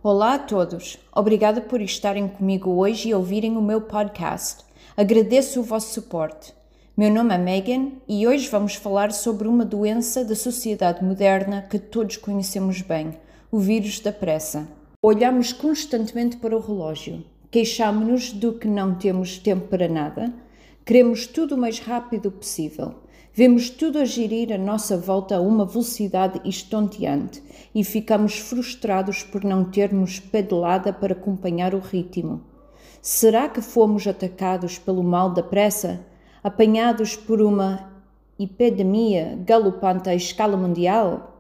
Olá a todos, obrigada por estarem comigo hoje e ouvirem o meu podcast. Agradeço o vosso suporte. Meu nome é Megan e hoje vamos falar sobre uma doença da sociedade moderna que todos conhecemos bem, o vírus da pressa. Olhamos constantemente para o relógio, queixamo-nos do que não temos tempo para nada, queremos tudo o mais rápido possível. Vemos tudo a girar à nossa volta a uma velocidade estonteante e ficamos frustrados por não termos pedalada para acompanhar o ritmo. Será que fomos atacados pelo mal da pressa? Apanhados por uma epidemia galopante à escala mundial?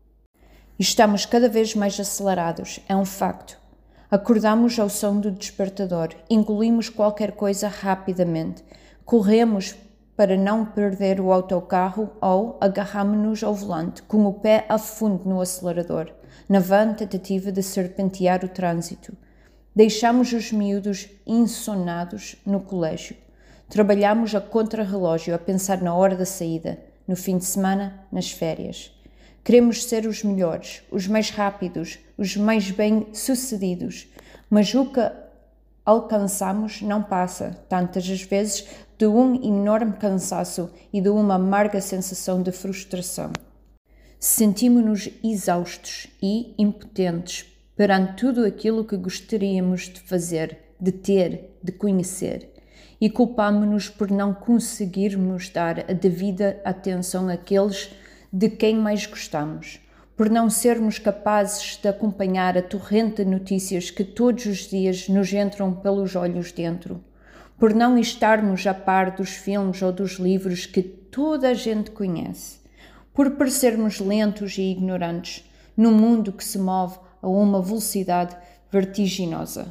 Estamos cada vez mais acelerados, é um facto. Acordamos ao som do despertador, engolimos qualquer coisa rapidamente, corremos para não perder o autocarro ou agarramo-nos ao volante com o pé a fundo no acelerador, na vã tentativa de serpentear o trânsito. Deixamos os miúdos insonados no colégio. Trabalhamos a contrarrelógio a pensar na hora da saída, no fim de semana, nas férias. Queremos ser os melhores, os mais rápidos, os mais bem-sucedidos, mas o que alcançamos não passa, tantas as vezes, de um enorme cansaço e de uma amarga sensação de frustração. Sentimos-nos exaustos e impotentes perante tudo aquilo que gostaríamos de fazer, de ter, de conhecer, e culpamo-nos por não conseguirmos dar a devida atenção àqueles de quem mais gostamos, por não sermos capazes de acompanhar a torrente de notícias que todos os dias nos entram pelos olhos dentro, por não estarmos a par dos filmes ou dos livros que toda a gente conhece, por parecermos lentos e ignorantes num mundo que se move a uma velocidade vertiginosa.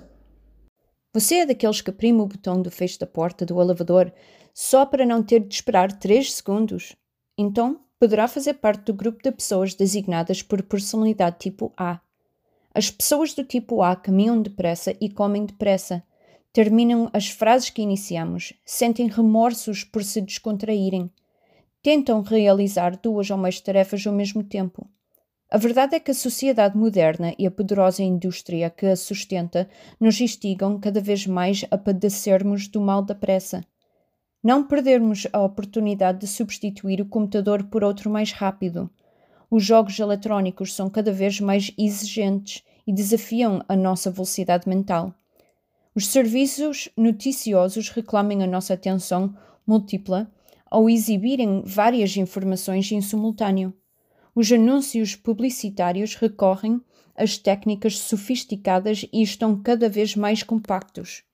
Você é daqueles que prime o botão do fecho da porta do elevador só para não ter de esperar 3 segundos? Então, poderá fazer parte do grupo de pessoas designadas por personalidade tipo A. As pessoas do tipo A caminham depressa e comem depressa. Terminam as frases que iniciamos, sentem remorsos por se descontraírem. Tentam realizar 2 ou mais tarefas ao mesmo tempo. A verdade é que a sociedade moderna e a poderosa indústria que a sustenta nos instigam cada vez mais a padecermos do mal da pressa. Não perdermos a oportunidade de substituir o computador por outro mais rápido. Os jogos eletrónicos são cada vez mais exigentes e desafiam a nossa velocidade mental. Os serviços noticiosos reclamam a nossa atenção múltipla ao exibirem várias informações em simultâneo. Os anúncios publicitários recorrem às técnicas sofisticadas e estão cada vez mais compactos.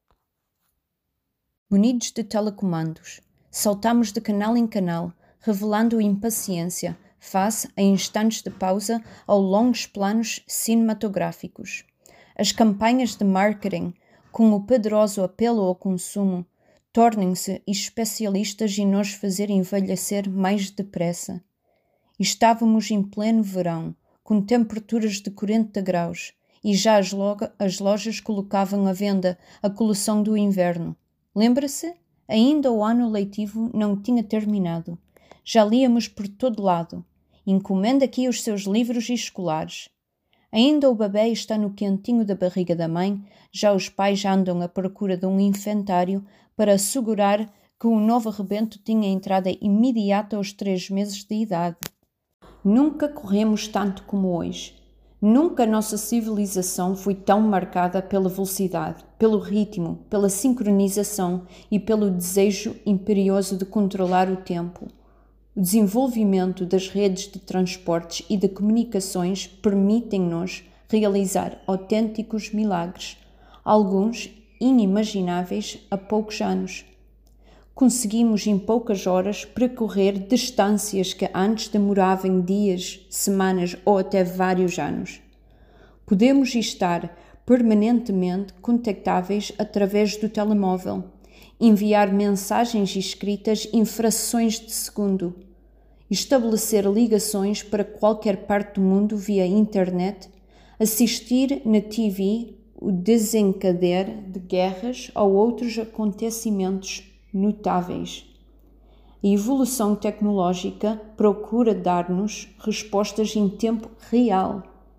Munidos de telecomandos, saltamos de canal em canal, revelando impaciência face a instantes de pausa ou longos planos cinematográficos. As campanhas de marketing, com o poderoso apelo ao consumo, tornem-se especialistas em nos fazer envelhecer mais depressa. Estávamos em pleno verão, com temperaturas de 40 graus, e já as lojas colocavam à venda a coleção do inverno. Lembra-se? Ainda o ano letivo não tinha terminado. Já líamos por todo lado. Encomenda aqui os seus livros escolares. Ainda o bebê está no quentinho da barriga da mãe, já os pais andam à procura de um infantário para assegurar que o novo rebento tinha entrada imediata aos 3 meses de idade. Nunca corremos tanto como hoje. Nunca a nossa civilização foi tão marcada pela velocidade, pelo ritmo, pela sincronização e pelo desejo imperioso de controlar o tempo. O desenvolvimento das redes de transportes e de comunicações permitem-nos realizar autênticos milagres, alguns inimagináveis há poucos anos. Conseguimos em poucas horas percorrer distâncias que antes demoravam dias, semanas ou até vários anos. Podemos estar permanentemente contactáveis através do telemóvel, enviar mensagens escritas em frações de segundo, estabelecer ligações para qualquer parte do mundo via internet, assistir na TV o desencadear de guerras ou outros acontecimentos notáveis. A evolução tecnológica procura dar-nos respostas em tempo real.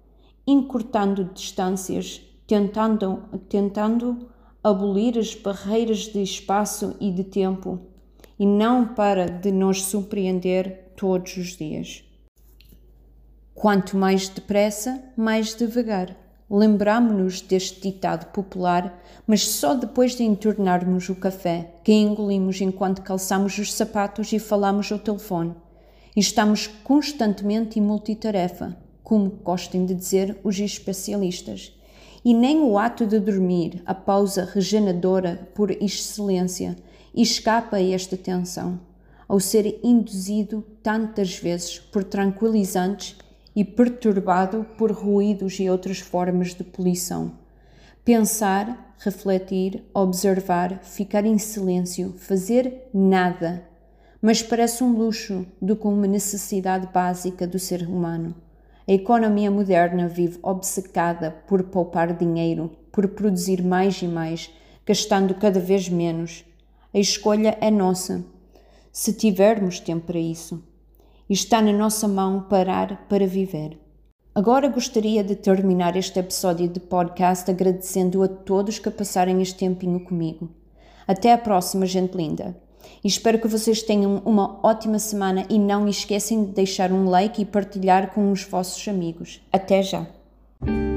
encurtando distâncias, tentando abolir as barreiras de espaço e de tempo, e não para de nos surpreender todos os dias. Quanto mais depressa, mais devagar. Lembramo-nos deste ditado popular, mas só depois de entornarmos o café, que engolimos enquanto calçamos os sapatos e falamos ao telefone. E estamos constantemente em multitarefa, como gostam de dizer os especialistas. E nem o ato de dormir, a pausa regeneradora por excelência, escapa a esta tensão, ao ser induzido tantas vezes por tranquilizantes e perturbado por ruídos e outras formas de poluição. Pensar, refletir, observar, ficar em silêncio, fazer nada, mas parece um luxo do que uma necessidade básica do ser humano. A economia moderna vive obcecada por poupar dinheiro, por produzir mais e mais, gastando cada vez menos. A escolha é nossa, se tivermos tempo para isso. E está na nossa mão parar para viver. Agora gostaria de terminar este episódio de podcast agradecendo a todos que passarem este tempinho comigo. Até a próxima, gente linda. E espero que vocês tenham uma ótima semana e não esquecem de deixar um like e partilhar com os vossos amigos. Até já!